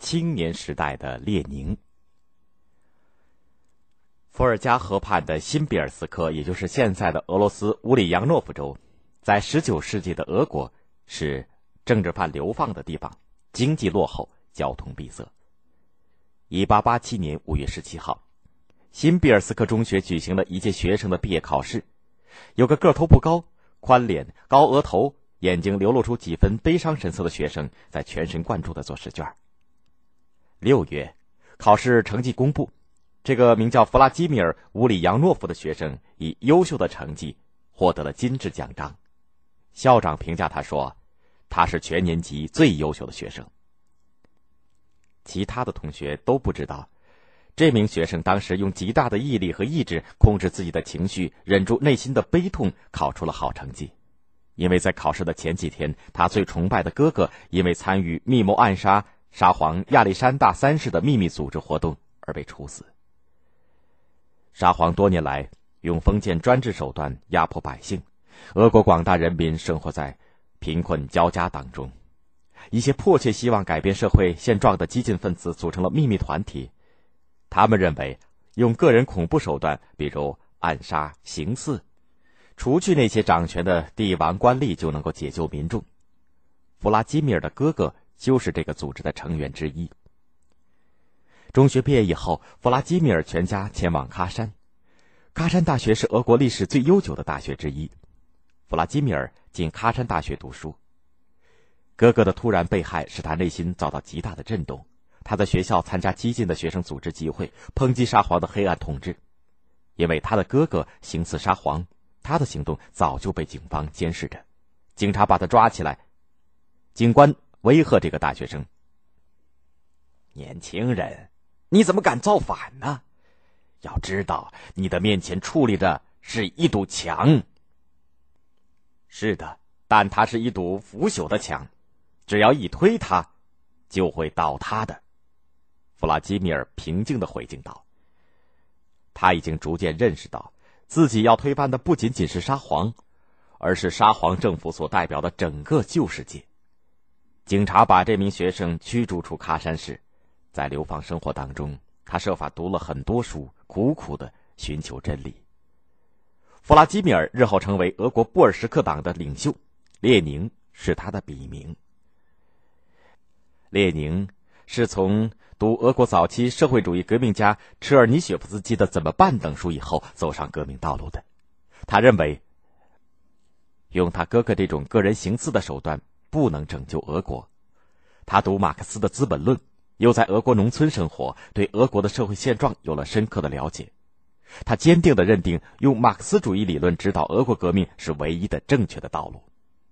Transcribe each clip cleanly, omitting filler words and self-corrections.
青年时代的列宁。伏尔加河畔的新比尔斯克，也就是现在的俄罗斯乌里扬诺夫州，在19世纪的俄国是政治犯流放的地方，经济落后，交通闭塞。1887年5月17号，新比尔斯克中学举行了一届学生的毕业考试。有个个头不高、宽脸、高额头、眼睛流露出几分悲伤神色的学生，在全神贯注地做试卷。6月，考试成绩公布，这个名叫弗拉基米尔·乌里扬诺夫的学生以优秀的成绩获得了金质奖章。校长评价他说，他是全年级最优秀的学生。其他的同学都不知道，这名学生当时用极大的毅力和意志控制自己的情绪，忍住内心的悲痛，考出了好成绩。因为在考试的前几天，他最崇拜的哥哥因为参与密谋暗杀沙皇亚历山大3世的秘密组织活动而被处死。沙皇多年来用封建专制手段压迫百姓，俄国广大人民生活在贫困交加当中。一些迫切希望改变社会现状的激进分子组成了秘密团体，他们认为用个人恐怖手段，比如暗杀、行刺，除去那些掌权的帝王官吏，就能够解救民众。弗拉基米尔的哥哥就是这个组织的成员之一。中学毕业以后，弗拉基米尔全家前往喀山。喀山大学是俄国历史最悠久的大学之一。弗拉基米尔进喀山大学读书。哥哥的突然被害使他内心遭到极大的震动。他在学校参加激进的学生组织集会，抨击沙皇的黑暗统治。因为他的哥哥行刺沙皇，他的行动早就被警方监视着。警察把他抓起来，警官威吓这个大学生：年轻人，你怎么敢造反呢？要知道，你的面前矗立着是一堵墙。是的，但它是一堵腐朽的墙，只要一推它，就会倒塌的。弗拉基米尔平静地回敬道。他已经逐渐认识到，自己要推翻的不仅仅是沙皇，而是沙皇政府所代表的整个旧世界。警察把这名学生驱逐出喀山市。在流放生活当中，他设法读了很多书，苦苦地寻求真理。弗拉基米尔日后成为俄国布尔什克党的领袖，列宁是他的笔名。列宁是从读俄国早期社会主义革命家车尔尼雪夫斯基的《怎么办》等书以后走上革命道路的。他认为，用他哥哥这种个人行刺的手段不能拯救俄国。他读马克思的《资本论》，又在俄国农村生活，对俄国的社会现状有了深刻的了解。他坚定地认定，用马克思主义理论指导俄国革命是唯一的正确的道路。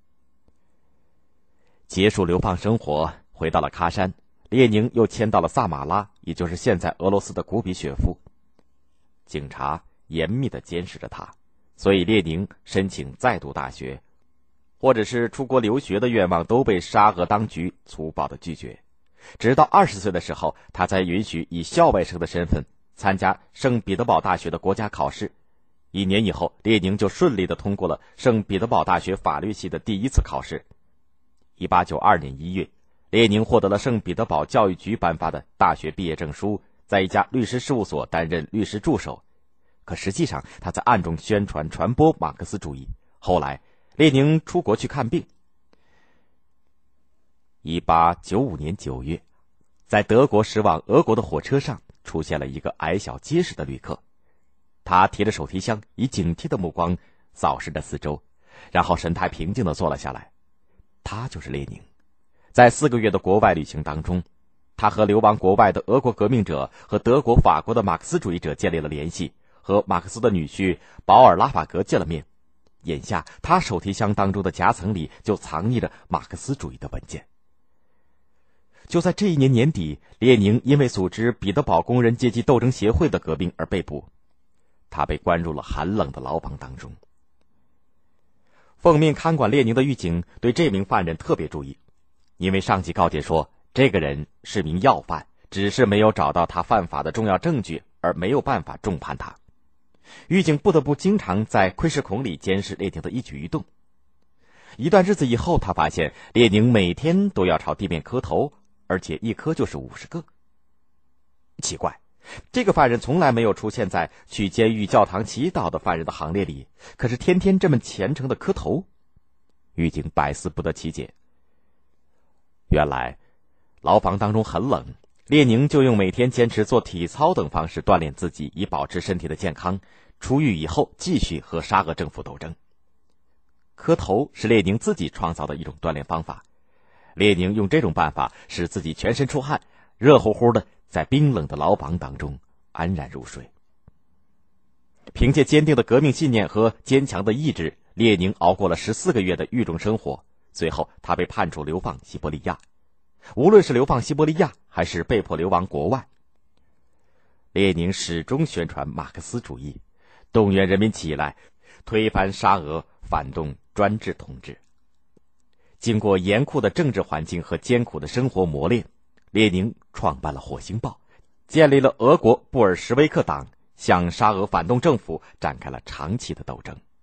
结束流放生活，回到了喀山，列宁又迁到了萨马拉，也就是现在俄罗斯的古比雪夫。警察严密地监视着他，所以列宁申请再读大学，或者是出国留学的愿望都被沙俄当局粗暴地拒绝。直到20岁的时候，他才允许以校外生的身份参加圣彼得堡大学的国家考试。1年以后，列宁就顺利地通过了圣彼得堡大学法律系的第一次考试。1892年1月，列宁获得了圣彼得堡教育局颁发的大学毕业证书，在一家律师事务所担任律师助手。可实际上，他在暗中宣传传播马克思主义。后来，列宁出国去看病。1895年9月，在德国驶往俄国的火车上，出现了一个矮小结实的旅客。他提着手提箱，以警惕的目光扫视着四周，然后神态平静地坐了下来。他就是列宁。在4个月的国外旅行当中，他和流亡国外的俄国革命者和德国、法国的马克思主义者建立了联系，和马克思的女婿保尔·拉法格见了面。眼下，他手提箱当中的夹层里就藏匿着马克思主义的文件。就在这一年年底，列宁因为组织彼得堡工人阶级斗争协会的革命而被捕，他被关入了寒冷的牢房当中。奉命看管列宁的狱警对这名犯人特别注意，因为上级告诫说，这个人是名要犯，只是没有找到他犯法的重要证据，而没有办法重判他。狱警不得不经常在窥视孔里监视列宁的一举一动。一段日子以后，他发现列宁每天都要朝地面磕头， 而且一颗就是50个。奇怪，这个犯人从来没有出现在去监狱教堂祈祷的犯人的行列里，可是天天这么虔诚的磕头，狱警百思不得其解。原来牢房当中很冷，列宁就用每天坚持做体操等方式锻炼自己，以保持身体的健康，出狱以后继续和沙俄政府斗争。磕头是列宁自己创造的一种锻炼方法，列宁用这种办法使自己全身出汗，热乎乎的在冰冷的牢房当中安然入睡。凭借坚定的革命信念和坚强的意志，列宁熬过了14个月的狱中生活，最后他被判处流放西伯利亚。无论是流放西伯利亚还是被迫流亡国外，列宁始终宣传马克思主义，动员人民起来推翻沙俄，反动专制统治。经过严酷的政治环境和艰苦的生活磨练，列宁创办了《火星报》，建立了俄国布尔什维克党，向沙俄反动政府展开了长期的斗争。